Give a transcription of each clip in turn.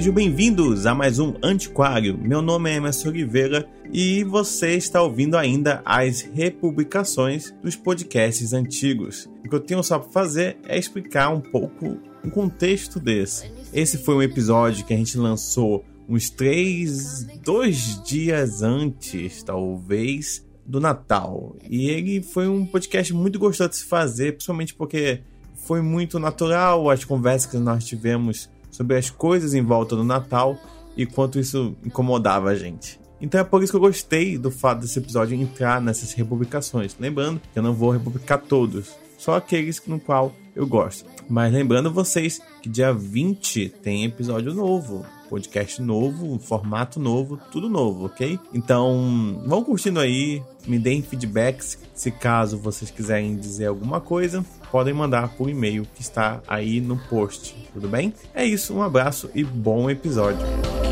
Sejam bem-vindos a mais um Antiquário. Meu nome é Emerson Oliveira e você está ouvindo ainda as republicações dos podcasts antigos. O que eu tenho só para fazer é explicar um pouco o contexto desse. Esse foi um episódio que a gente lançou uns 2 dias antes, talvez, do Natal. E ele foi um podcast muito gostoso de se fazer, principalmente porque foi muito natural as conversas que nós tivemos sobre as coisas em volta do Natal e quanto isso incomodava a gente. Então é por isso que eu gostei do fato desse episódio entrar nessas republicações. Lembrando que eu não vou republicar todos, só aqueles no qual eu gosto. Mas lembrando vocês que dia 20 tem episódio novo, podcast novo, formato novo, tudo novo, ok? Então vão curtindo aí, me deem feedbacks. Se caso vocês quiserem dizer alguma coisa, podem mandar por e-mail que está aí no post, tudo bem? É isso, um abraço e bom episódio.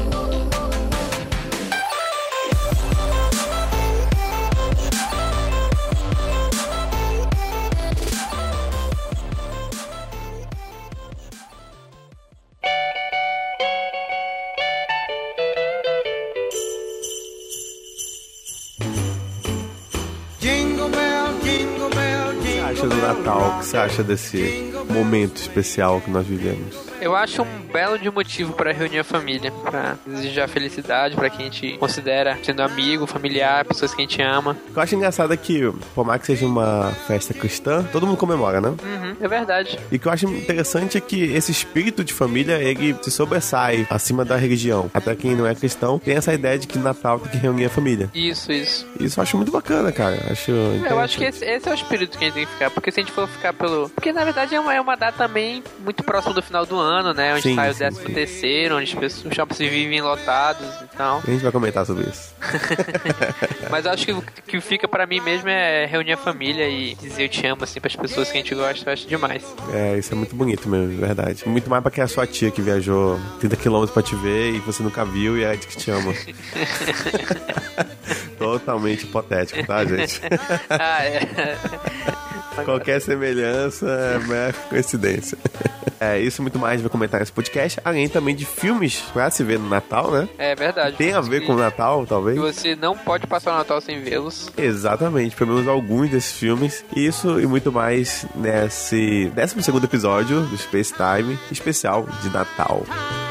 O que você acha desse momento especial que nós vivemos? Eu acho um belo de motivo para reunir a família, para desejar felicidade para quem a gente considera sendo amigo, familiar, pessoas que a gente ama. O que eu acho engraçado é que, por mais que seja uma festa cristã, todo mundo comemora, né? É verdade. E o que eu acho interessante é que esse espírito de família, ele se sobressai acima da religião. Até quem não é cristão tem essa ideia de que Natal tem que reunir a família. Isso. Isso eu acho muito bacana, cara. Eu acho que esse é o espírito que a gente tem que ficar, porque se a gente for ficar pelo... Porque na verdade é uma data também muito próxima do final do ano, né? Onde sai o 13º, onde os shoppings vivem lotados e tal. A gente vai comentar sobre isso. Mas eu acho que o que fica pra mim mesmo é reunir a família e dizer eu te amo, assim, pras pessoas que a gente gosta. Eu acho demais. Isso é muito bonito mesmo, de verdade. Muito mais pra que a sua tia que viajou 30 km pra te ver e você nunca viu e ela diz que te ama. Totalmente hipotético, tá, gente? Qualquer semelhança é mera coincidência. Isso muito mais vai comentar nesse podcast, além também de filmes pra se ver no Natal, né? É verdade. Tem a ver com o Natal, talvez. E você não pode passar o Natal sem vê-los. Exatamente, pelo menos alguns desses filmes. Isso e muito mais nesse 12º episódio do Space Time, especial de Natal.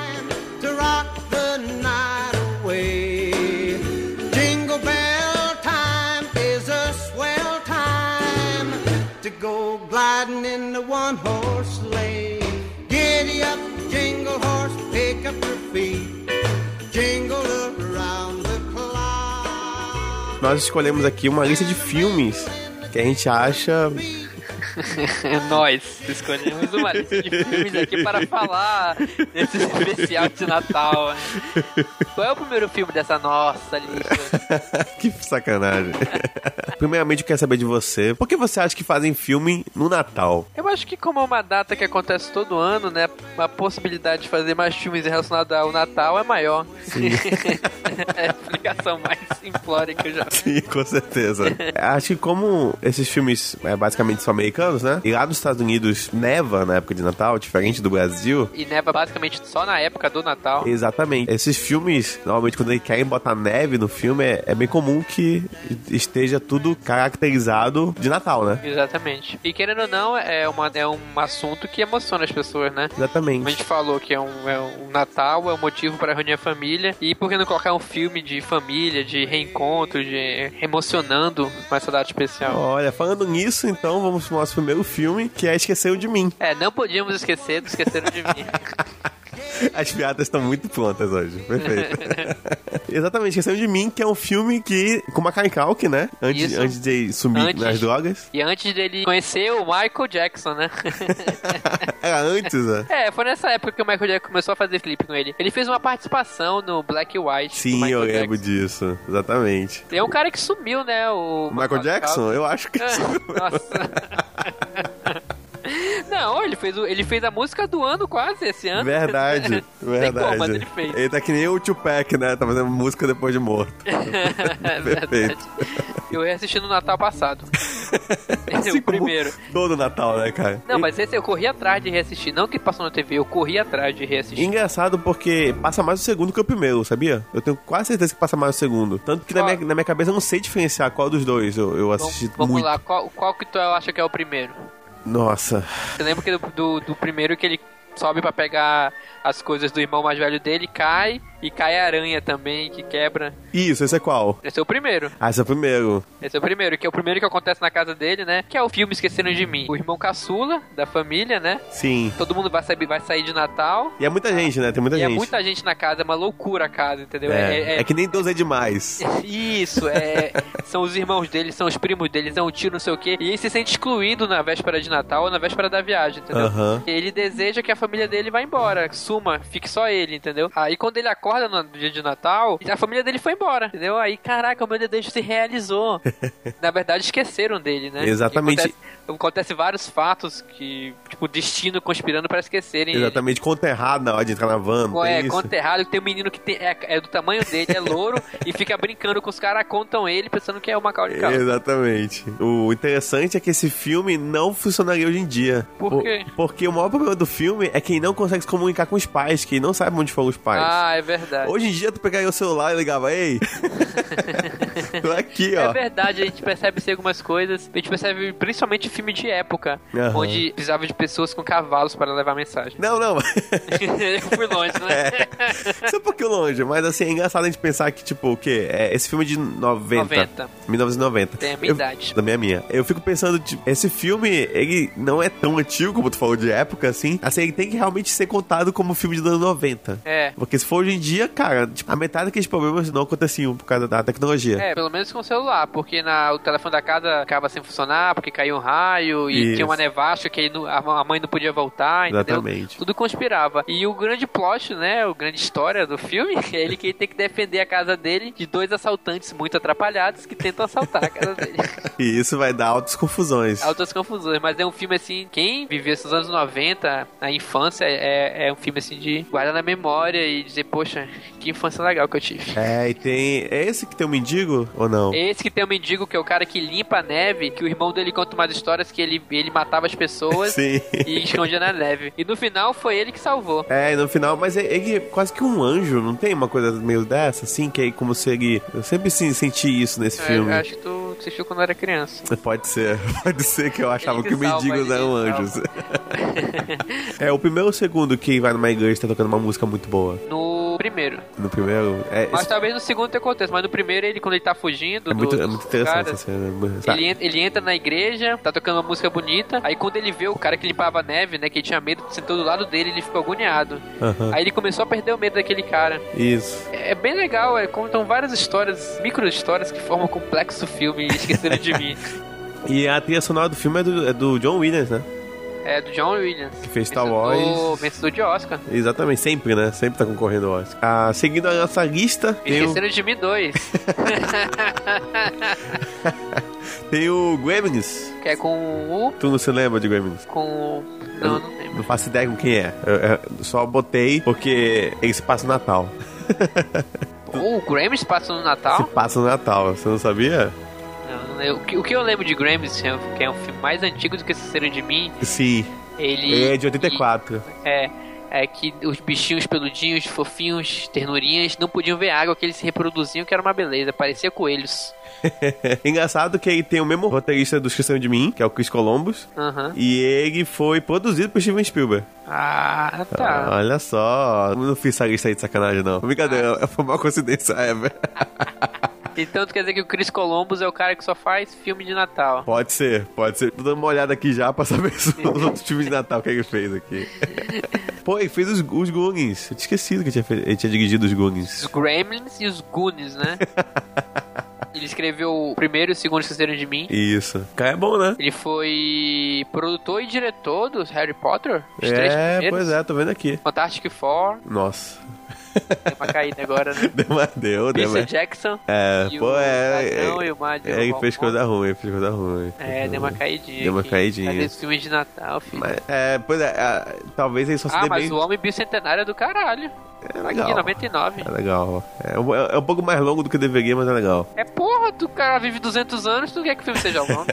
In the one-horse sleigh, giddy up, jingle horse, pick up your feet, jingle around the clock. Nós escolhemos aqui uma lista de filmes que a gente acha... Nós escolhemos uma lista de filmes aqui para falar desse especial de Natal. Qual é o primeiro filme dessa nossa lista? Que sacanagem. Primeiramente, eu quero saber de você. Por que você acha que fazem filme no Natal? Eu acho que como é uma data que acontece todo ano, né? A possibilidade de fazer mais filmes relacionados ao Natal é maior. Sim. É a explicação mais simplória que eu já vi. Sim, com certeza. Acho que como esses filmes basicamente são americanos, né? E lá nos Estados Unidos neva na época de Natal, diferente do Brasil. E neva basicamente só na época do Natal. Exatamente. Esses filmes, normalmente quando eles querem botar neve no filme, é bem comum que esteja tudo caracterizado de Natal, né? Exatamente. E querendo ou não, é um assunto que emociona as pessoas, né? Exatamente. Como a gente falou que um Natal é um motivo para reunir a família. E por que não colocar um filme de família, de reencontro, de emocionando com essa data especial? Olha, falando nisso, então, vamos pro nosso primeiro filme, que é Esqueceram de Mim. Não podíamos esquecer do Esqueceram de Mim. As piadas estão muito prontas hoje. Perfeito. Exatamente, Esqueceram de Mim, que é um filme que... com Macaulay Culkin, né? Antes de sumir nas drogas. E antes dele conhecer o Michael Jackson, né? Era antes, né? Foi nessa época que o Michael Jackson começou a fazer clipe com ele. Ele fez uma participação no Black and White. Sim, eu lembro disso. Exatamente. É um cara que sumiu, né? O Michael Jackson? Eu acho que sumiu. Nossa. Não, ele fez a música do ano quase esse ano. Verdade. Tem como, mas ele fez. Ele tá que nem o Tupac, né? Tá fazendo música depois de morto. Perfeito. Eu ia assistir no Natal passado. Esse é o primeiro. Todo Natal, né, cara? Não, mas esse eu corri atrás de reassistir. Não que passou na TV, eu corri atrás de reassistir. Engraçado porque passa mais o segundo que o primeiro, sabia? Eu tenho quase certeza que passa mais o segundo. Tanto que na minha cabeça eu não sei diferenciar qual dos dois eu assisti Vamos muito. lá, qual que tu acha que é o primeiro? Nossa. Você lembra que do primeiro que ele sobe pra pegar as coisas do irmão mais velho dele, cai, e cai a aranha também, que quebra. Isso, esse é qual? Esse é o primeiro. Ah, esse é o primeiro. Esse é o primeiro, que é o primeiro que acontece na casa dele, né? Que é o filme Esqueceram de Mim. O irmão caçula da família, né? Sim. Todo mundo vai sair de Natal. E é muita gente, né? Tem muita gente. E é muita gente na casa, é uma loucura a casa, entendeu? É que nem 12 é demais. Isso, são os irmãos dele, são os primos dele, são o tio, não sei o quê. E ele se sente excluído na véspera de Natal ou na véspera da viagem, entendeu? Uhum. Ele deseja que a família dele vá embora, suma, fique só ele, entendeu? Aí quando ele acorda no dia de Natal, a família dele foi embora, entendeu? Aí, caraca, o meu desejo se realizou. Na verdade, esqueceram dele, né? Exatamente. Acontece vários fatos que, tipo, o destino conspirando para esquecerem. Exatamente, conta errado na hora de entrar na van. Conta errado, que tem um menino que é do tamanho dele, é louro, e fica brincando com os caras, contam ele, pensando que é o Macaulay Culkin. Exatamente. O interessante é que esse filme não funcionaria hoje em dia. Por quê? Porque o maior problema do filme é quem não consegue se comunicar com os pais, quem não sabe onde foram os pais. Ah, é verdade. Hoje em dia, tu pegaria o celular e ligava, ei, tô aqui, ó. É verdade, a gente percebe algumas coisas, a gente percebe principalmente filme de época, onde precisava de pessoas com cavalos para levar mensagem. Não. Eu fui longe, né? Isso é um pouquinho longe, mas assim, é engraçado a gente pensar que, tipo, o quê? Esse filme de 1990. Tem a minha idade. Também é minha. Eu fico pensando, tipo, esse filme, ele não é tão antigo, como tu falou, de época, assim. Assim, ele tem que realmente ser contado como filme de anos 90. É. Porque se for hoje em dia, cara, tipo, a metade daqueles problemas não aconteciam por causa da tecnologia. Pelo menos com o celular, porque o telefone da casa acaba sem funcionar, porque caiu um raio, e tinha uma nevasca que a mãe não podia voltar, entendeu? Exatamente. Tudo conspirava. E o grande plot, né, a grande história do filme, é ele que tem que defender a casa dele de dois assaltantes muito atrapalhados que tentam assaltar a casa dele. E isso vai dar altas confusões. Altas confusões, mas é um filme assim, quem viveu esses anos 90, na infância, é um filme assim de guardar na memória e dizer, poxa, que infância legal que eu tive. E tem... É esse que tem um mendigo ou não? Esse que tem um mendigo, que é o cara que limpa a neve, que o irmão dele conta umas histórias que ele matava as pessoas Sim. E escondia na neve. E no final foi ele que salvou. No final, mas ele é quase que um anjo, não tem uma coisa meio dessa, assim, que é como se ele... Eu sempre senti isso nesse filme. Eu acho que tu assistiu quando era criança. Pode ser que eu achava que mendigos eram anjos. O primeiro ou o segundo que vai numa igreja tá tocando uma música muito boa? No primeiro. No primeiro? Mas talvez no segundo tenha acontecido, mas no primeiro quando ele tá fugindo é muito interessante caras, essa cena. ele entra na igreja, tá tocando uma música bonita, aí quando ele vê o cara que limpava a neve, né, que ele tinha medo, sentou do lado dele, ele ficou agoniado. Aí ele começou a perder o medo daquele cara. Isso. É bem legal, contam várias histórias, micro histórias que formam um complexo filme Esqueceram de Mim. E a trilha sonora do filme é do John Williams, né? É do John Williams. Que fez Star Wars. Vencedor de Oscar. Exatamente, sempre, né? Sempre tá concorrendo ao Oscar. Seguindo a nossa lista... Esqueceram de Mim 2. Tem o Gremlins. Que é com o... Tu não se lembra de Gremlins? Não lembro. Não faço ideia com quem é. Eu só botei porque ele se passa no Natal. O Gremlins passa no Natal? Se passa no Natal, você não sabia? O que eu lembro de Gremlins, que é um filme mais antigo do que Esqueceram de Mim. Sim. Ele é de 84. É que os bichinhos peludinhos, fofinhos, ternurinhas, não podiam ver água, que eles se reproduziam, que era uma beleza, parecia coelhos. Engraçado que ele tem o mesmo roteirista do Esqueceram de Mim, que é o Chris Columbus. E ele foi produzido por Steven Spielberg. Ah, tá. Olha só. Não fiz essa lista aí de sacanagem, não. Brincadeira, foi uma coincidência, velho. Então tu quer dizer que o Chris Columbus é o cara que só faz filme de Natal? Pode ser. Tô dando uma olhada aqui já pra saber os outros filmes de Natal que ele fez aqui. Pô, ele fez os Goonies. Eu tinha esquecido que ele tinha dirigido os Goonies. Os Gremlins e os Goonies, né? Ele escreveu o primeiro e o segundo Esqueceram de Mim. Isso. O cara é bom, né? Ele foi produtor e diretor dos Harry Potter. Os três primeiros. Pois é, tô vendo aqui. Fantastic Four. Nossa. Deu uma caída agora, né? Deu. Mr. Jackson e o Mario. Ele fez coisa ruim, deu uma caidinha. Deu uma caidinha. Cadê esse filme de Natal, filho? Mas, talvez ele só se dê bem... mas o Homem Bicentenário é do caralho. É legal. Aqui, 99. É legal. É um pouco mais longo do que deveria, mas é legal. É porra, o cara vive 200 anos, tu quer que o filme seja longo?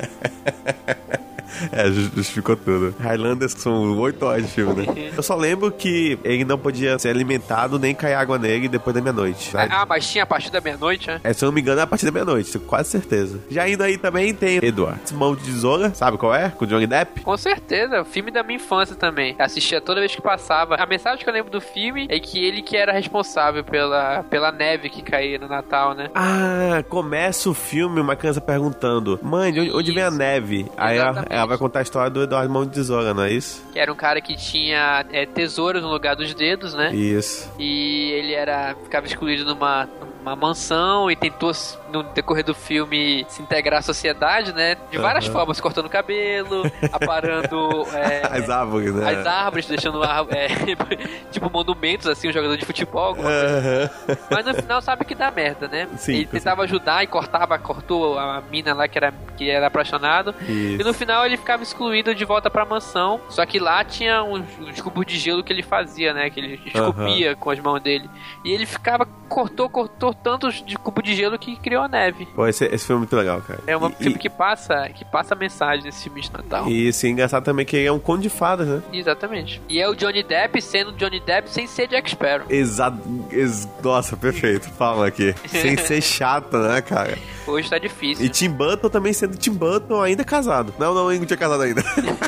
Justificou tudo. Highlanders são 8 horas de filme, né? Eu só lembro que ele não podia ser alimentado nem cair água nele depois da meia-noite. Mas tinha a partir da meia-noite, né? Se eu não me engano, é a partir da meia-noite, tenho quase certeza. Já indo aí também tem Edward Mão de Tesoura, sabe qual é? Com Johnny Depp? Com certeza, o filme da minha infância também. Assistia toda vez que passava. A mensagem que eu lembro do filme é que ele que era responsável pela neve que caía no Natal, né? Começa o filme, uma criança perguntando: mãe, de onde vem a neve? Aí ela vai contar a história do Eduardo Mão de Tesoura, não é isso? Que era um cara que tinha tesouros no lugar dos dedos, né? Isso. E ele ficava excluído numa mansão e tentou, no decorrer do filme, se integrar à sociedade, né? De várias formas, cortando o cabelo, aparando as árvores, né? As árvores, deixando tipo monumentos, assim, um jogador de futebol, alguma coisa. Mas no final sabe que dá merda, né? Sim, ele tentava ajudar e cortou a mina lá que era apaixonado. Isso. E no final ele ficava excluído de volta pra mansão. Só que lá tinha uns cubos de gelo que ele fazia, né? Que ele esculpia com as mãos dele. E ele ficava, cortou tantos de cubo de gelo que criou a neve. Pô, esse filme é muito legal, cara. É um filme que passa mensagem nesse filme de Natal. E sim, engraçado também que ele é um conto de fadas, né? Exatamente. E é o Johnny Depp sendo Johnny Depp sem ser Jack Sparrow. Exato. Nossa, perfeito. Fala aqui. Sem ser chato, né, cara? Hoje tá difícil. E Tim Burton também sendo Tim Burton ainda casado. Não, ele não tinha casado ainda.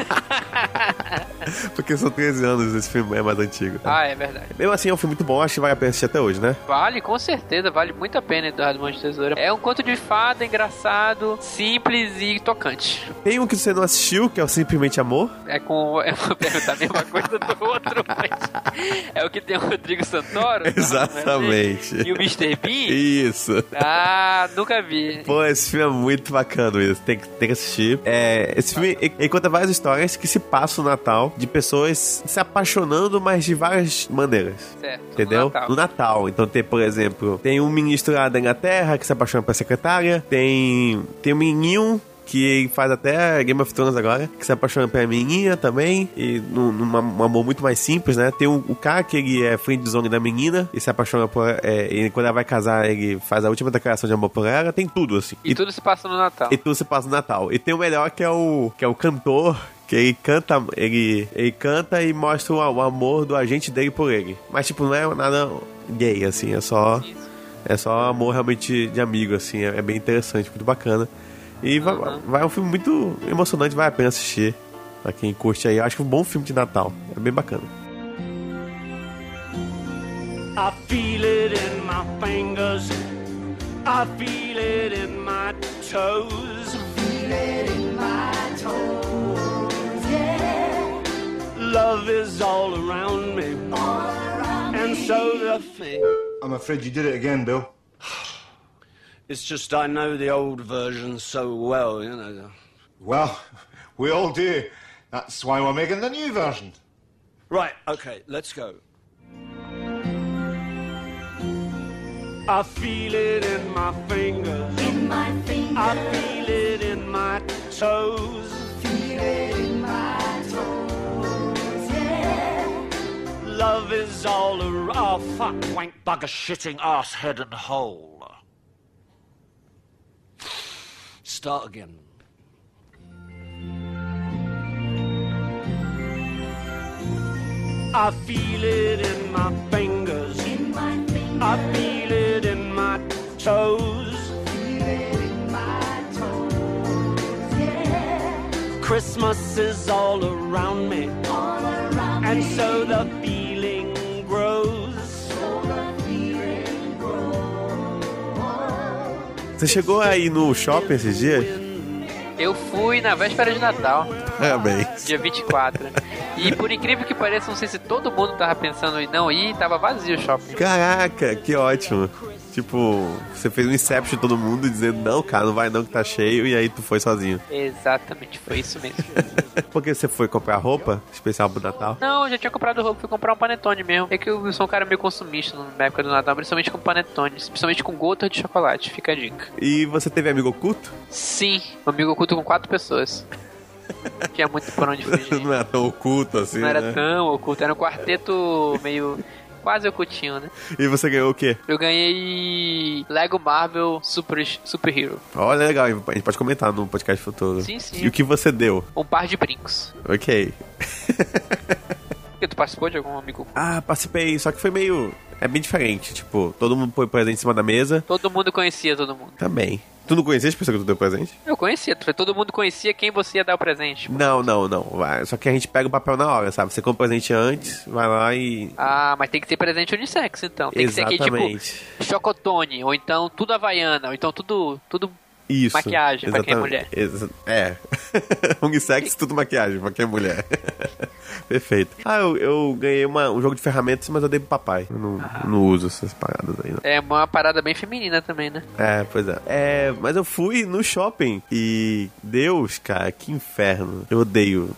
Porque são 13 anos, esse filme é mais antigo. É verdade. Mesmo assim, é um filme muito bom, acho que vale a pena assistir até hoje, né? Vale, com certeza, vale muito a pena, Eduardo Mão de Tesoura. É um conto de fada, engraçado, simples e tocante. Tem um que você não assistiu, que é o Simplesmente Amor. Eu vou perguntar a mesma coisa do outro, mas é o que tem o Rodrigo Santoro? Exatamente. E o Mr. Bean? Isso. Nunca vi. Pô, esse filme é muito bacana, isso. Tem que assistir. Esse filme, ele conta várias histórias que se passam no Natal, de pessoas se apaixonando, mas de várias maneiras. Certo. Entendeu? No Natal. Então tem, por exemplo, tem um ministro lá da Inglaterra que se apaixona pela secretária, tem um menininho que faz até Game of Thrones agora, que se apaixona pela menininha também, e um amor muito mais simples, né? Tem o cara que ele é friendzone da menina e se apaixona por e quando ela vai casar, ele faz a última declaração de amor por ela. Tem tudo, assim. E tudo se passa no Natal. E tudo se passa no Natal. E tem o melhor que é o cantor, que ele canta e mostra o amor do agente dele por ele. Mas, tipo, não é nada gay, assim, é só amor realmente de amigo, assim, é bem interessante, muito bacana. E vai um filme muito emocionante, vale a pena assistir. Pra quem curte aí, acho que é um bom filme de Natal. É bem bacana. I feel it in my fingers, I feel it in my toes, feel it in my toes, yeah. Love is all around me, and so the thing. I'm afraid you did it again, Bill. It's just I know the old version so well, you know. Well, we all do. That's why we're making the new version. Right, okay, let's go. I feel it in my fingers. I feel it in my toes. Feel it in my toes, yeah. Love is all around. Oh, fuck, wank, bugger, shitting, ass, head and hole. Start again. I feel it in my fingers. I feel it in my toes. Christmas is all around me, and so the feeling grows. Você chegou aí no shopping esses dias? Eu fui na véspera de Natal. Parabéns. Dia 24. E por incrível que pareça, não sei se todo mundo tava pensando em não ir, tava vazio o shopping. Caraca, que ótimo. Tipo, você fez um Inception todo mundo dizendo, não, cara, não vai não que tá cheio, e aí tu foi sozinho. Exatamente, foi isso mesmo. Porque você foi comprar roupa especial pro Natal? Não, eu já tinha comprado roupa, fui comprar um panetone mesmo. É que eu sou um cara meio consumista na época do Natal, principalmente com panetones, principalmente com gota de chocolate, fica a dica. E você teve amigo oculto? Sim, um amigo oculto com 4 pessoas. Tinha muito por onde fugir. Não era tão oculto assim, Não era né? tão oculto, era um quarteto meio... quase ocultinho, né? E você ganhou o quê? Eu ganhei Lego Marvel Super Hero. Olha, legal, a gente pode comentar no podcast futuro. Sim, sim. E o que você deu? Um par de brincos. Ok. Porque tu participou de algum amigo? Ah, participei, só que foi meio... É bem diferente, tipo, todo mundo põe presente em cima da mesa. Todo mundo conhecia todo mundo. Também. Tu não conhecia as pessoas que tu deu presente? Eu conhecia, todo mundo conhecia quem você ia dar o presente. Não. Vai. Só que a gente pega o papel na hora, sabe? Você compra o presente antes, vai lá e... Ah, mas tem que ser presente unissex, então. Tem Exatamente. que ser aquele tipo chocotone, ou então tudo havaiana, ou então tudo Isso. maquiagem pra quem é mulher. É. Unissex, tudo maquiagem pra quem é mulher. Perfeito. Ah, eu ganhei um jogo de ferramentas, mas eu dei pro papai. Eu não uso essas paradas aí, não. É uma parada bem feminina também, né? É, pois é. Mas eu fui no shopping e... Deus, cara, que inferno. Eu odeio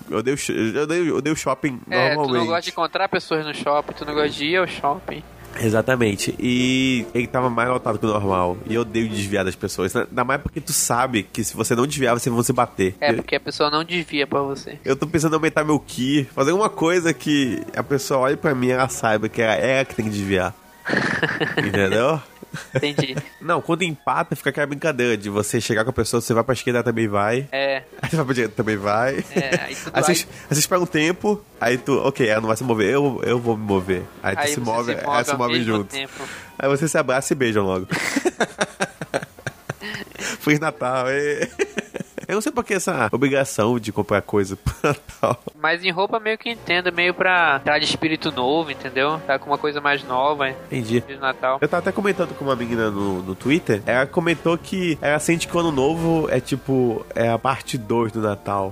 shopping normalmente. Tu não gosta de encontrar pessoas no shopping, tu não gosta de ir ao shopping. Exatamente. E ele tava mais lotado que o normal. E eu odeio desviar das pessoas. Ainda mais porque tu sabe que se você não desviar, vocês vão se bater. É, porque a pessoa não desvia pra você. Eu tô pensando em aumentar meu ki, fazer alguma coisa que a pessoa olhe pra mim e ela saiba que é ela que tem que desviar. Entendeu? Entendi. Não, quando empata, fica aquela brincadeira de você chegar com a pessoa, você vai pra esquerda, ela também vai. É. Aí você vai pra direita, também vai. Aí tudo Aí vocês pegam um tempo, aí tu, ok, ela não vai se mover, eu vou me mover. Aí tu se move, ela se move junto. Aí você se abraça e beijam logo. Feliz Natal, Eu não sei porque essa obrigação de comprar coisa pro Natal. Mas em roupa meio que entendo, meio pra de espírito novo, entendeu? Tá com uma coisa mais nova. Entendi. De Natal. Eu tava até comentando com uma menina no Twitter. Ela comentou que ela sente que o Ano Novo é tipo, é a parte 2 do Natal.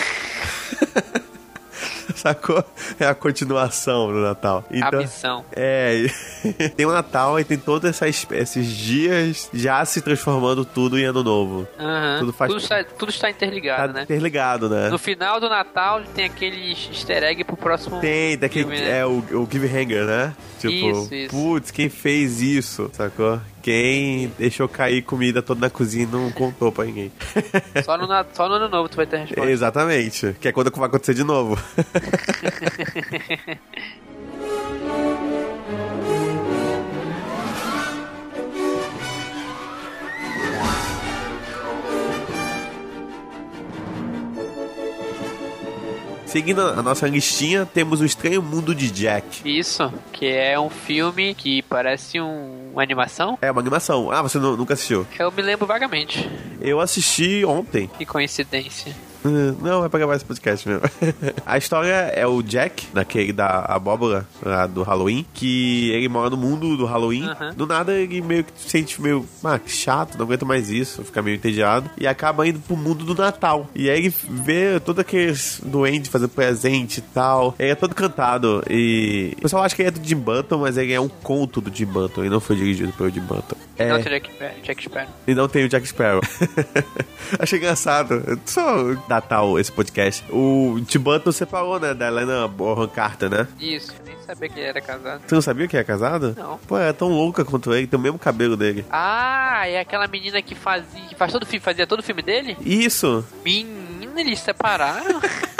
Sacou? É a continuação do Natal. Então, a missão. Tem o Natal e tem todos esses dias já se transformando tudo em Ano Novo. Uhum. Tudo está interligado, né? Interligado, né? No final do Natal tem aquele easter egg pro próximo. Tem, daquele filme, né? o Cliffhanger, né? Tipo, isso. Putz, quem fez isso? Sacou? Quem deixou cair comida toda na cozinha e não contou pra ninguém. Só no Ano Novo tu vai ter a resposta. Exatamente. Que é quando vai acontecer de novo. Seguindo a nossa listinha, temos O Estranho Mundo de Jack. Isso, que é um filme que parece uma animação. É uma animação. Ah, você nunca assistiu? Eu me lembro vagamente. Eu assisti ontem. Que coincidência. Não, é pra gravar esse podcast mesmo. A história é o Jack, naquele da abóbora lá do Halloween, que ele mora no mundo do Halloween. Do nada ele meio que se sente meio que chato, não aguenta mais isso, fica meio entediado, e acaba indo pro mundo do Natal. E aí ele vê todo aqueles duendes fazendo presente e tal. Ele é todo cantado. E o pessoal acha que ele é do Jim Button, mas ele é um conto do Jim Button. Ele não foi dirigido pelo Jim Button. Não tem Jack Sparrow. E não tem o Jack Sparrow. Achei engraçado. Só Natal esse podcast. O Tim Burton separou, né, da Helena Bonham Carter, né? Isso, eu nem sabia que ele era casado. Você não sabia que era casado? Não. Pô, é tão louca quanto ele, tem o mesmo cabelo dele. Ah, é aquela menina que fazia todo o filme dele? Isso. Menina, eles separaram?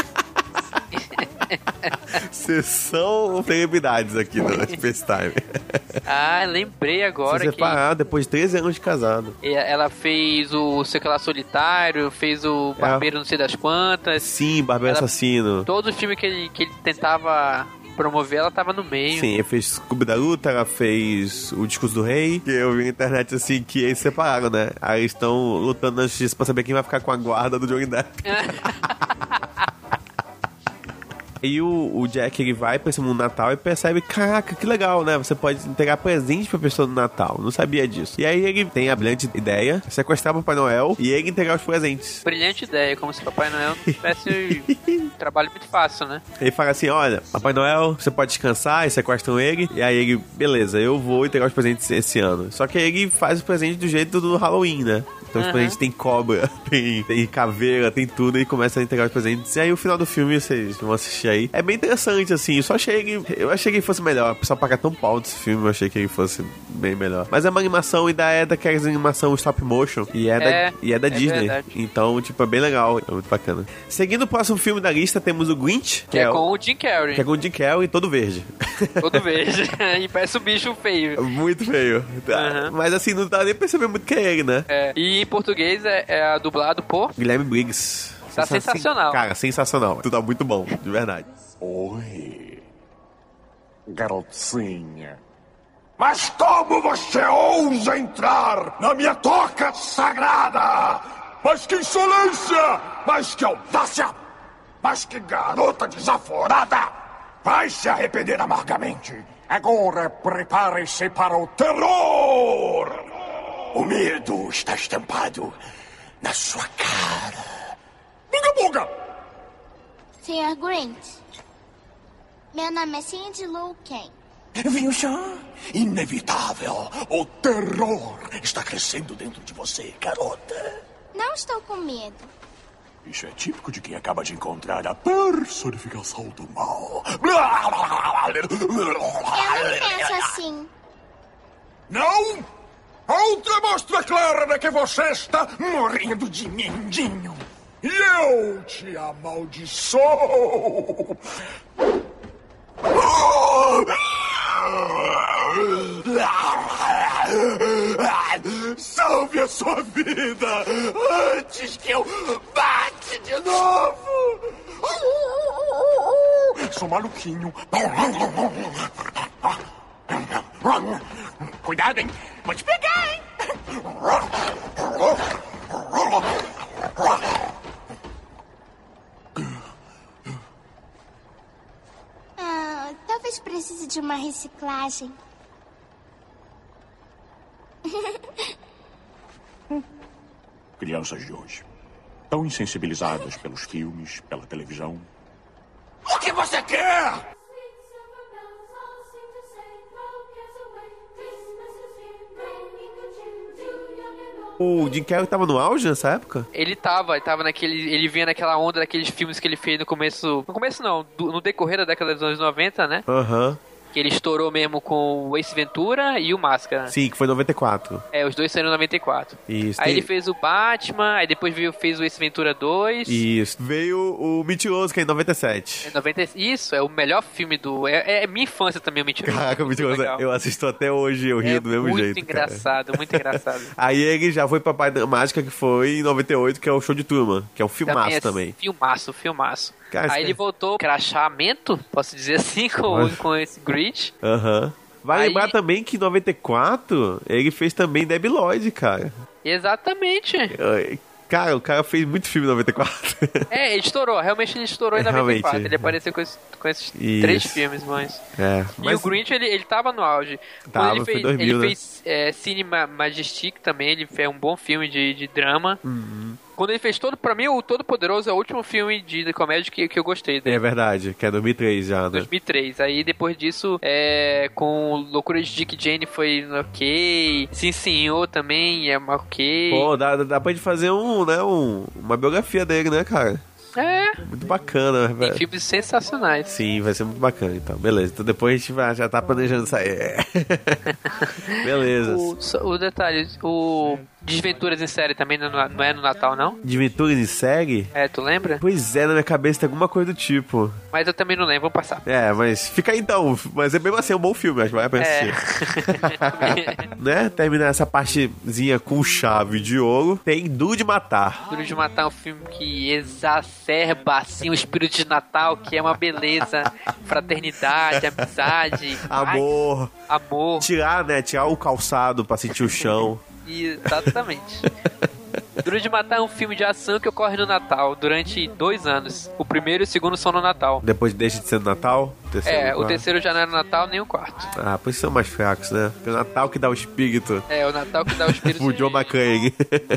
Sessão celebridades aqui no Space Time. Ah, lembrei agora. Se separaram depois de 13 anos de casado. Ela fez o Sei que lá Solitário, fez o Barbeiro não sei das quantas. Sim, Barbeiro Assassino. Todo o filme que ele tentava promover, ela tava no meio. Sim, ele fez Clube da Luta, ela fez O Discurso do Rei, que eu vi na internet assim, que eles separaram, né? Aí eles estão lutando na justiça pra saber quem vai ficar com a guarda do Johnny Depp. E o Jack, ele vai pra esse mundo Natal e percebe, caraca, que legal, né? Você pode entregar presente pra pessoa no Natal. Não sabia disso. E aí ele tem a brilhante ideia de sequestrar o Papai Noel e ele entregar os presentes. Brilhante ideia, como se o Papai Noel tivesse um trabalho muito fácil, né? Ele fala assim, olha, Papai Noel, você pode descansar, e sequestram ele. E aí ele, beleza, eu vou entregar os presentes esse ano. Só que ele faz o presente do jeito do Halloween, né? Então os presentes tem cobra, tem caveira, tem tudo, e começa a entregar os presentes. E aí o final do filme, vocês vão assistir aí. É bem interessante, assim. Eu achei que ele fosse melhor. O pessoal paga tão pau desse filme, eu achei que ele fosse bem melhor. Mas é uma animação, ainda é daquelas animação stop motion. E é da Disney. Verdade. Então, tipo, é bem legal. É muito bacana. Seguindo o próximo filme da lista, temos o Grinch. Que é com o Jim Carrey. Que é com o Jim Carrey, todo verde. Todo verde. E parece um bicho feio. Muito feio. Mas assim, não dá nem pra perceber muito que é ele, né? E em português é dublado por Guilherme Briggs. Tá sensacional. Cara, sensacional. Tudo tá muito bom, de verdade. Oi, garotinha. Mas como você ousa entrar na minha toca sagrada? Mas que insolência! Mas que audácia! Mas que garota desaforada! Vai se arrepender amargamente. Agora prepare-se para o terror! O medo está estampado na sua cara. Buga, buga! Sr. Grinch, meu nome é Cindy Lou Ken. Viu só? Inevitável. O terror está crescendo dentro de você, garota. Não estou com medo. Isso é típico de quem acaba de encontrar a personificação do mal. Eu não penso assim. Não? Outra mostra clara de que você está morrendo de mindinho. E eu te amaldiçoo. Salve a sua vida antes que eu bate de novo. Sou maluquinho. Cuidado, hein? Vou te pegar, hein? Talvez precise de uma reciclagem. Crianças de hoje, tão insensibilizadas pelos filmes, pela televisão. O que você quer? O Jim Carrey tava no auge nessa época? Ele tava naquele. Ele vinha naquela onda daqueles filmes que ele fez no começo. No começo não, no decorrer da década dos anos 90, né? Aham. Que ele estourou mesmo com o Ace Ventura e o Máscara. Sim, que foi em 94. Os dois saíram em 94. Isso. Aí ele fez o Batman, aí depois fez o Ace Ventura 2. Isso. Veio o Mentiroso, que é em 97. Isso, é o melhor filme do... É minha infância também, o Mentiroso. Caraca, o Mentiroso, eu assisto até hoje, eu rio do mesmo jeito. Muito engraçado, muito engraçado. Aí ele já foi pra Pai da Mágica, que foi em 98, que é o Show de Turma, que é um filmaço também. Filmaço. Cara, aí ele voltou crachamento, posso dizer assim, com esse Grinch. Aham. Vai lembrar também que em 94 ele fez também Debi Lloyd, cara. Exatamente. Cara, o cara fez muito filme em 94. Ele estourou, realmente ele estourou em 94. Ele apareceu com esses 3 filmes, mas... E o Grinch, ele tava no auge. Tava, ele fez, foi 2000, ele fez Cine Majestic também, ele fez um bom filme de drama. Uhum. Quando ele fez pra mim, o Todo Poderoso é o último filme de comédia que eu gostei dele. É verdade, que é 2003 já, né? 2003. Aí depois disso, com Loucura de Dick e Jane foi ok. Sim Senhor também é ok. Pô, dá pra gente fazer uma biografia dele, né, cara? Muito bacana, velho. Tem filmes sensacionais. Sim, vai ser muito bacana, então. Beleza. Então depois a gente já tá planejando sair. Beleza. O detalhe, o Desventuras em Série também não é no Natal, não? Desventuras em Série? Tu lembra? Pois é, na minha cabeça tem alguma coisa do tipo. Mas eu também não lembro, vamos passar. Mas fica aí então. Mas é mesmo assim, é um bom filme, acho que vai pra assistir. Né? Terminar essa partezinha com chave de ouro. Tem Duro de Matar. Duro de Matar é um filme que exacerba, assim, o espírito de Natal, que é uma beleza. Fraternidade, amizade. Amor. Amor. Tirar o calçado pra sentir o chão. Exatamente. Duro de Matar é um filme de ação que ocorre no Natal, durante 2 anos. O primeiro e o segundo são no Natal. Depois deixa de ser no Natal? O terceiro já não é no Natal, nem o quarto. Ah, pois são mais fracos, né? Porque é o Natal que dá o espírito. É, o Natal que dá o espírito. O John McClane.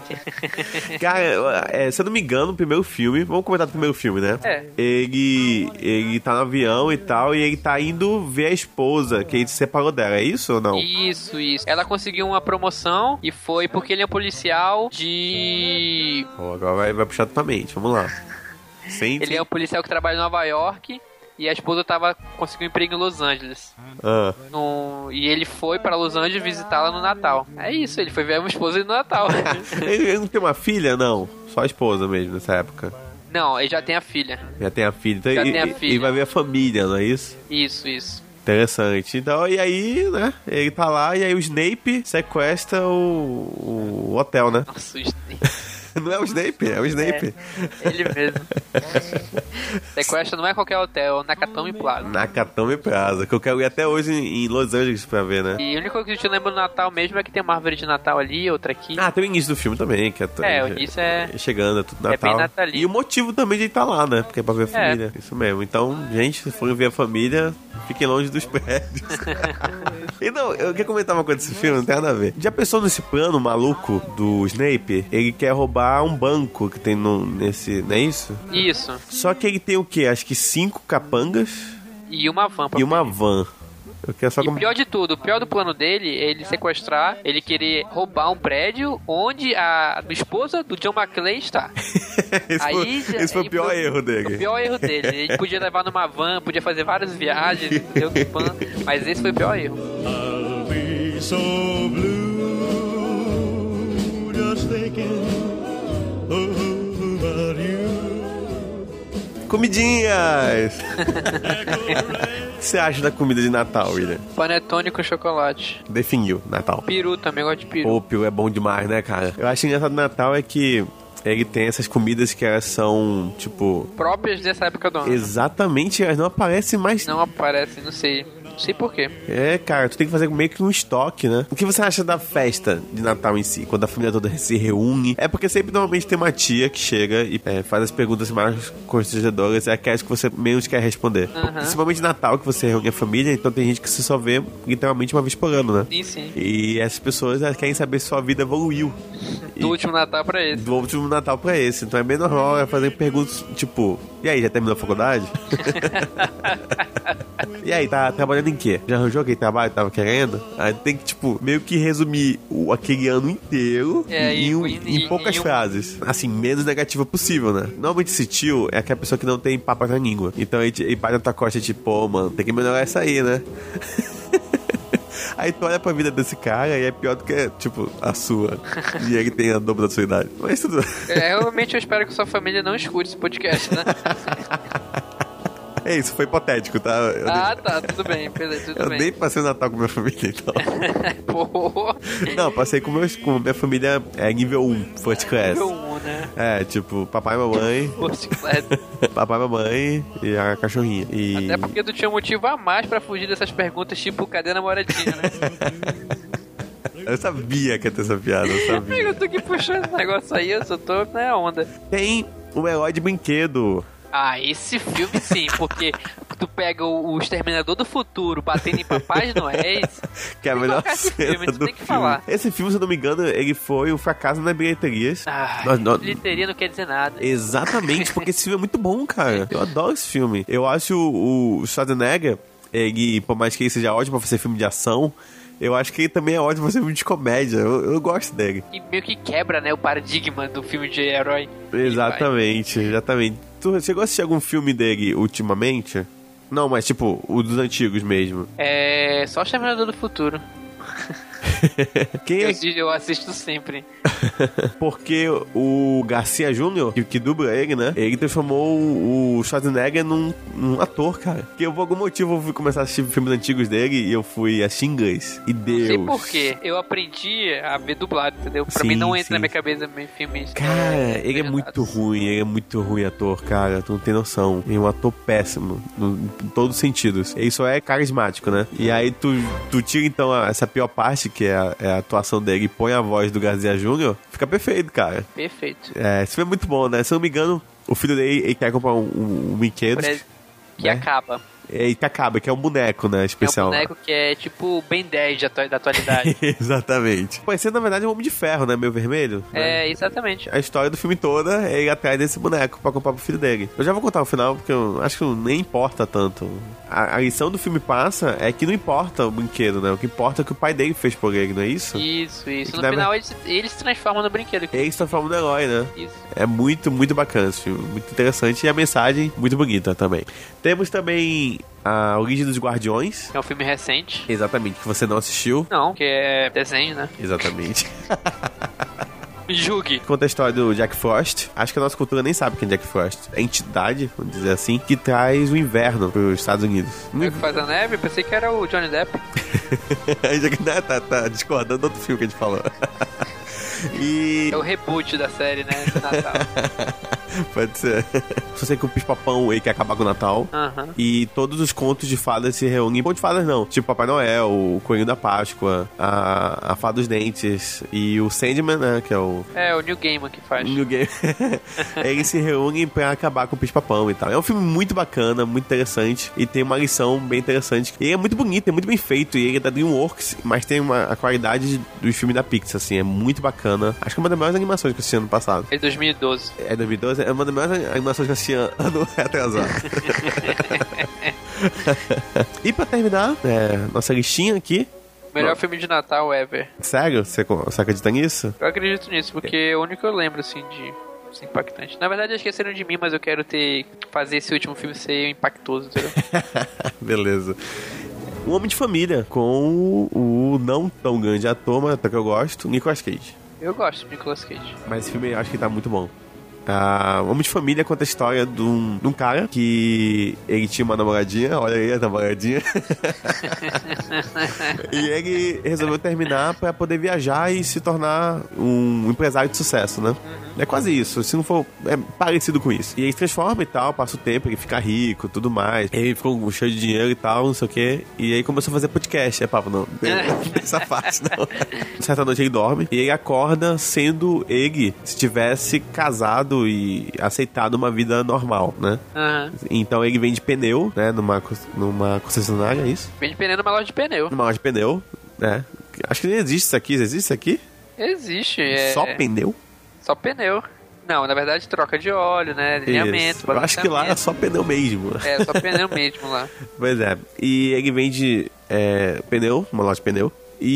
Cara, se eu não me engano, o primeiro filme... Vamos comentar do primeiro filme, né? Ele tá no avião e tal, e ele tá indo ver a esposa, que ele se separou dela. É isso ou não? Isso. Ela conseguiu uma promoção e foi porque ele é policial de... Agora vai puxar tua mente, vamos lá. Ele é um policial que trabalha em Nova York e a esposa conseguiu um emprego em Los Angeles. E ele foi pra Los Angeles visitá-la no Natal. É isso, ele foi ver uma esposa no Natal. Ele não tem uma filha, não? Só a esposa mesmo, nessa época. Não, ele já tem a filha. Já tem a filha. Então ele vai ver a família, não é isso? Isso. Interessante. Então, e aí, né? Ele tá lá e aí o Snape sequestra o hotel, né? Nossa, o Snape. Não é o Snape, é o Snape. É, ele mesmo. Sequestra não é qualquer hotel, Nakatomi Plaza. Nakatomi Plaza, que eu quero ir até hoje em Los Angeles pra ver, né? E a única coisa que a gente lembra do Natal mesmo é que tem uma árvore de Natal ali, outra aqui. Ah, tem o início do filme também, que o início é... Chegando, é tudo Natal. É bem natalino. E o motivo também de ele estar lá, né? Porque é pra ver a família. Isso mesmo. Então, gente, se forem ver a família, fiquem longe dos prédios. E não, eu quero comentar uma coisa desse filme, não tem nada a ver. Já pensou nesse plano maluco do Snape? Ele quer roubar um banco que tem nesse... Não é isso? Isso. Só que ele tem o quê? Acho que 5 capangas. E uma van. E uma van. E pior de tudo, o pior do plano dele é ele sequestrar, ele querer roubar um prédio onde a esposa do John McClane está. Esse foi o pior erro dele. O pior erro dele. Ele podia levar numa van, podia fazer várias viagens, entendeu? Mas esse foi o pior erro. I'll be so blue, just thinking about you. Comidinhas! O que você acha da comida de Natal, William? Panetone com chocolate. Definiu, Natal. Peru também, gosto de peru. Pô, peru é bom demais, né, cara? Eu acho engraçado do Natal é que ele tem essas comidas que elas são, tipo... próprias dessa época do ano. Exatamente, elas não aparecem mais... Não aparecem, não sei. Não sei porquê. É, cara, tu tem que fazer meio que um estoque, né? O que você acha da festa de Natal em si? Quando a família toda se reúne? É porque sempre normalmente tem uma tia que chega e faz as perguntas mais constrangedoras. É aquelas que você menos quer responder. Principalmente Natal, que você reúne a família. Então tem gente que você só vê literalmente uma vez por ano, né? Sim. E essas pessoas querem saber se sua vida evoluiu. Do último Natal pra esse. Do último Natal pra esse. Então é bem normal fazer perguntas tipo... E aí, já terminou a faculdade? E aí, tá trabalhando em quê? Já arranjou aquele trabalho que tava querendo? Aí tem que, tipo, meio que resumir aquele ano inteiro em poucas frases. Assim, menos negativa possível, né? Normalmente esse tio é aquela pessoa que não tem papas na língua. Então ele bate na tua costa, tipo, pô, mano, tem que melhorar essa aí, né? Aí tu olha pra vida desse cara e é pior do que, tipo, a sua. E ele tem a dobra da sua idade. Mas tudo... realmente eu espero que sua família não escute esse podcast, né? É isso, foi hipotético, tá? Tá, tudo bem, beleza, tudo bem. Eu nem passei o Natal com minha família, então. Pô. Não, passei com minha família nível 1, first class. Nível 1, né? Tipo, papai e mamãe. First class. Papai e mamãe e a cachorrinha. Até porque tu tinha um motivo a mais pra fugir dessas perguntas, tipo, cadê a namoradinha, né? Eu sabia que ia ter essa piada, eu sabia. Amigo, eu tô aqui puxando esse negócio aí, eu só tô na onda. Tem um herói de brinquedo. Ah, esse filme sim, porque tu pega o Exterminador do Futuro batendo em Papais Noéis. Que é a melhor cena do tem que falar. Esse filme, se eu não me engano, ele foi um fracasso nas bilheterias. Bilheteria não quer dizer nada. Exatamente, porque esse filme é muito bom, cara. Eu adoro esse filme. Eu acho o Schwarzenegger, ele, por mais que ele seja ótimo pra fazer filme de ação, eu acho que ele também é ótimo pra fazer filme de comédia. Eu gosto dele. E meio que quebra, né, o paradigma do filme de herói. Exatamente. Tu chegou a assistir algum filme dele ultimamente? Não, mas tipo, o dos antigos mesmo. Só o Exterminador do Futuro. Eu assisto sempre. Porque o Garcia Júnior, que dubla ele, né? Ele transformou o Schwarzenegger num ator, cara. Porque por algum motivo eu fui começar a assistir filmes antigos dele e eu fui assistir inglês. E Deus. Não sei porquê. Eu aprendi a ver dublado, entendeu? Pra mim não entra na minha cabeça filmes. Cara, ele é muito ruim. Ele é muito ruim ator, cara. Tu não tem noção. Ele é um ator péssimo. Em todos os sentidos. Ele só é carismático, né? E aí tu tira então essa pior parte, que é é a atuação dele, e põe a voz do Garcia Júnior, fica perfeito, cara. Perfeito. Esse filme é muito bom, né? Se eu não me engano, o filho dele ele quer comprar um brinquedo. Que acaba. Que acaba, que é um boneco, né, especial. É um boneco que é tipo Ben 10 da atualidade. Exatamente. Pô, esse é, na verdade, um Homem de Ferro, né, meio vermelho. É, exatamente. A história do filme toda é ir atrás desse boneco pra comprar pro filho dele. Eu já vou contar o final, porque eu acho que nem importa tanto. A lição do filme passa é que não importa o brinquedo, né? O que importa é o que o pai dele fez por ele, não é isso? Isso. No final, ele se transforma no brinquedo. Ele se transforma no herói, né? Isso. É muito, muito bacana esse filme. Muito interessante e a mensagem muito bonita também. Temos também A Origem dos Guardiões. É um filme recente. Exatamente, que você não assistiu. Não, que é desenho, né? Exatamente. Me julgue. Conta a história do Jack Frost. Acho que a nossa cultura nem sabe quem é Jack Frost. É a entidade, vamos dizer assim, que traz o inverno pros Estados Unidos. É o que faz a neve? Pensei que era o Johnny Depp. tá discordando do outro filme que a gente falou. É o reboot da série, né? De Natal. Pode ser. Só sei que o Bicho-Papão ele quer acabar com o Natal. Uhum. E todos os contos de fadas se reúnem. Contos de fadas não. Tipo Papai Noel, o Coelhinho da Páscoa, a Fada dos Dentes e o Sandman, né? Que é o... É, o Neil Gaiman que faz. Neil Gaiman. Eles se reúnem pra acabar com o Bicho-Papão e tal. É um filme muito bacana, muito interessante. E tem uma lição bem interessante. E é muito bonito, é muito bem feito. E ele é da DreamWorks, mas tem a qualidade dos filmes da Pixar, assim. É muito bacana. Acho que é uma das maiores animações que eu assisti ano passado. É 2012. É 2012? É uma das maiores animações que eu assisti ano atrasado. E pra terminar, nossa listinha aqui. Melhor filme de Natal ever. Sério? Você acredita nisso? Eu acredito nisso, porque é o único que eu lembro, assim, de impactante. Na verdade, esqueceram de mim, mas eu quero fazer esse último filme ser impactoso, entendeu? Beleza. Um Homem de Família, com o não tão grande ator, mas até que eu gosto, Nicolas Cage. Eu gosto de Nicolas Cage. Mas esse filme eu acho que tá muito bom. Homem de Família conta a história de um cara que ele tinha uma namoradinha, olha aí a namoradinha. E ele resolveu terminar pra poder viajar e se tornar um empresário de sucesso, né? É quase isso, se não for, é parecido com isso. E ele se transforma e tal, passa o tempo, ele fica rico, tudo mais. Ele ficou cheio de dinheiro e tal, não sei o quê. E aí começou a fazer podcast. É papo, não. Essa parte, não. Certa noite ele dorme e ele acorda sendo ele se tivesse casado e aceitado uma vida normal, né? Uhum. Então ele vende pneu, né? Numa concessionária, é isso? Vende pneu numa loja de pneu. Numa loja de pneu, né? Acho que nem existe isso aqui. Existe isso aqui? Existe. Só pneu? Só pneu. Não, na verdade troca de óleo, né? Alinhamento. Eu acho que lá é só pneu mesmo. É, só pneu mesmo lá. Pois é. E ele vende pneu, uma loja de pneu.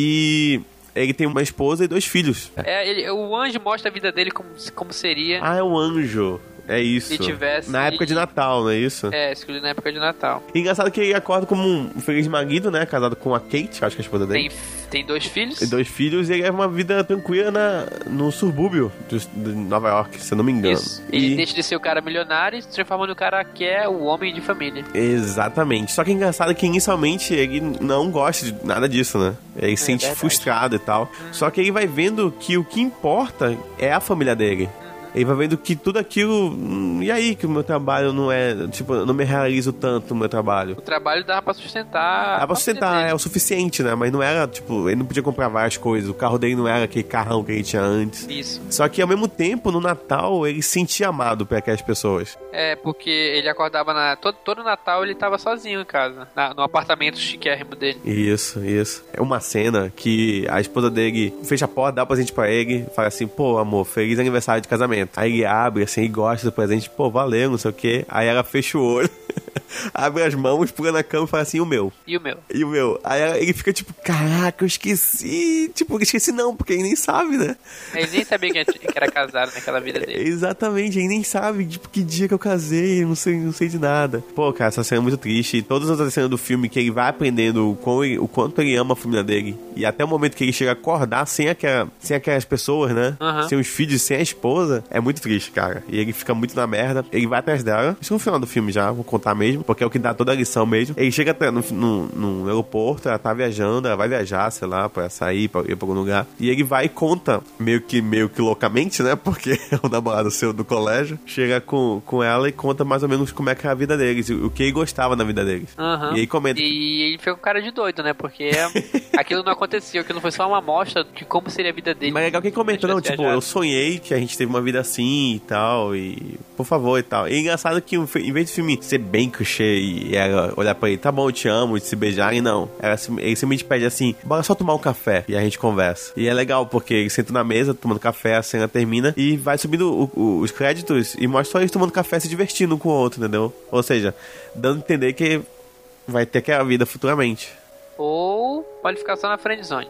E ele tem uma esposa e 2 filhos. O anjo mostra a vida dele como seria. Ah, é um anjo. É isso. Se tivesse... Na época de Natal, não é isso? É, escolhido na época de Natal. E engraçado que ele acorda como um feliz marido, né? Casado com a Kate, acho que é a esposa dele. Tem 2 filhos. Tem 2 filhos e ele leva uma vida tranquila no subúrbio de Nova York, se eu não me engano. Isso. Ele deixa de ser o cara milionário e se transforma no cara que é o homem de família. Exatamente. Só que é engraçado que inicialmente ele não gosta de nada disso, né? Ele se sente frustrado e tal. Só que ele vai vendo que o que importa é a família dele. Ele vai vendo que tudo aquilo... E aí, que o meu trabalho não é... Tipo, eu não me realizo tanto no meu trabalho. O trabalho dava pra sustentar... Dava pra sustentar, é o suficiente, né? Mas não era, tipo... Ele não podia comprar várias coisas. O carro dele não era aquele carrão que ele tinha antes. Isso. Só que, ao mesmo tempo, no Natal, ele se sentia amado por aquelas pessoas. É, porque ele acordava todo Natal ele tava sozinho em casa. No apartamento chiquérrimo dele. Isso. É uma cena que a esposa dele fecha a porta, dá o presente pra ele, fala assim, pô, amor, feliz aniversário de casamento. Aí ele abre, assim, e gosta do presente, pô, valeu, não sei o quê. Aí ela fecha o olho, abre as mãos, pula na cama e fala assim, e o meu? E o meu? E o meu? Aí ele fica tipo, caraca, eu esqueci. Tipo, esqueci não, porque ele nem sabe, né? Ele nem sabia que era casado naquela vida dele. Exatamente, ele nem sabe, tipo, que dia que eu casei, não sei de nada. Pô, cara, essa cena é muito triste. E todas as outras cenas do filme que ele vai aprendendo o quanto ele ama a família dele. E até o momento que ele chega a acordar sem aquelas pessoas, né? Uhum. Sem os filhos, sem a esposa, é muito triste, cara. E ele fica muito na merda. Ele vai atrás dela. Isso no final do filme já, vou contar mesmo, porque é o que dá toda a lição mesmo. Ele chega até no aeroporto, ela tá viajando, ela vai viajar, sei lá, pra sair, pra ir pra algum lugar. E ele vai e conta, meio que loucamente, né? Porque é o namorado seu do colégio. Chega com ela e conta mais ou menos como é que é a vida deles, o que ele gostava na vida deles. Uhum. E aí comenta. E ele fica com cara de doido, né? Porque Aquilo não aconteceu, aquilo foi só uma amostra de como seria a vida dele. Mas legal quem comentou, não, tipo, eu sonhei que a gente teve uma vida assim e tal, e por favor e tal. E é engraçado que em vez de filme ser bem clichê e era olhar pra ele, tá bom, eu te amo, e se beijarem, não. Ele simplesmente pede assim, bora só tomar um café, e a gente conversa. E é legal, porque eles sentam na mesa, tomando café, a cena termina, e vai subindo os créditos, e mostra só eles tomando café, se divertindo um com o outro, entendeu? Ou seja, dando a entender que vai ter aquela vida futuramente. Ou pode ficar só na friendzone.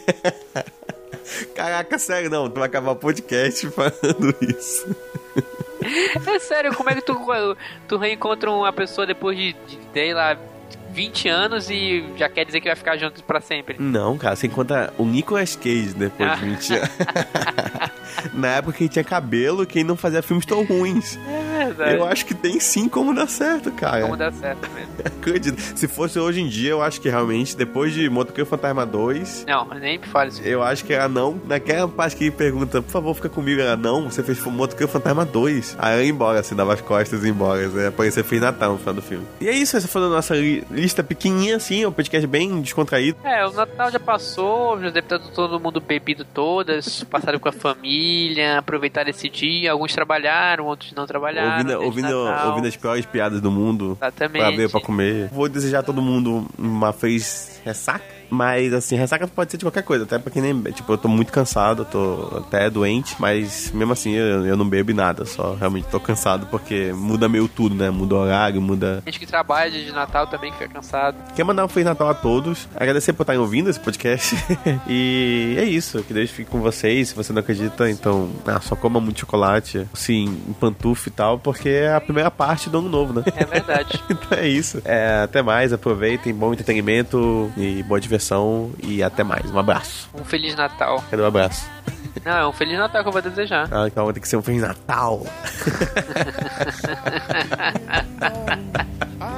Caraca, sério, não, tu vai acabar o podcast falando isso. É sério, como é que tu reencontra uma pessoa depois de sei lá, 20 anos e já quer dizer que vai ficar junto pra sempre? Não, cara, você encontra o Nicolas Cage depois de 20 anos. Na época que ele tinha cabelo, que ele não fazia filmes tão ruins. É verdade. Eu acho que tem sim como dar certo, cara. Como dar certo mesmo. Acredito. Se fosse hoje em dia, eu acho que realmente, depois de Motoqueiro Fantasma 2... Não, nem me fale isso. Eu acho que ela não... Naquela parte que ele pergunta, por favor, fica comigo. Ela, não, você fez Motoqueiro Fantasma 2. Aí ela ia embora, assim, dava as costas e ia embora. Aparecia Feliz Natal no final do filme. E é isso, essa foi a nossa lista pequenininha, assim, um podcast bem descontraído. O Natal já passou, já deve estar todo mundo bebido todas, passaram com a família, aproveitaram esse dia, alguns trabalharam, outros não trabalharam. Ouvindo as piores piadas do mundo. Exatamente. Pra ver, pra comer. Vou desejar a todo mundo uma feliz ressaca. Mas, assim, ressaca pode ser de qualquer coisa. Até porque nem... Tipo, eu tô muito cansado, eu tô até doente. Mas, mesmo assim, eu não bebo nada. Só realmente tô cansado porque muda meio tudo, né? Muda o horário, muda... Gente que trabalha de Natal também fica cansado. Quer mandar um Feliz Natal a todos. Agradecer por estarem ouvindo esse podcast. E é isso. Que Deus fique com vocês. Se você não acredita, então... só coma muito chocolate. Assim, em pantufa e tal. Porque é a primeira parte do ano novo, né? É verdade. Então é isso. Até mais. Aproveitem. Bom entretenimento e boa diversão. E até mais. Um abraço. Um Feliz Natal. Cadê o abraço? Não, é um Feliz Natal que eu vou desejar. Então tem que ser um Feliz Natal.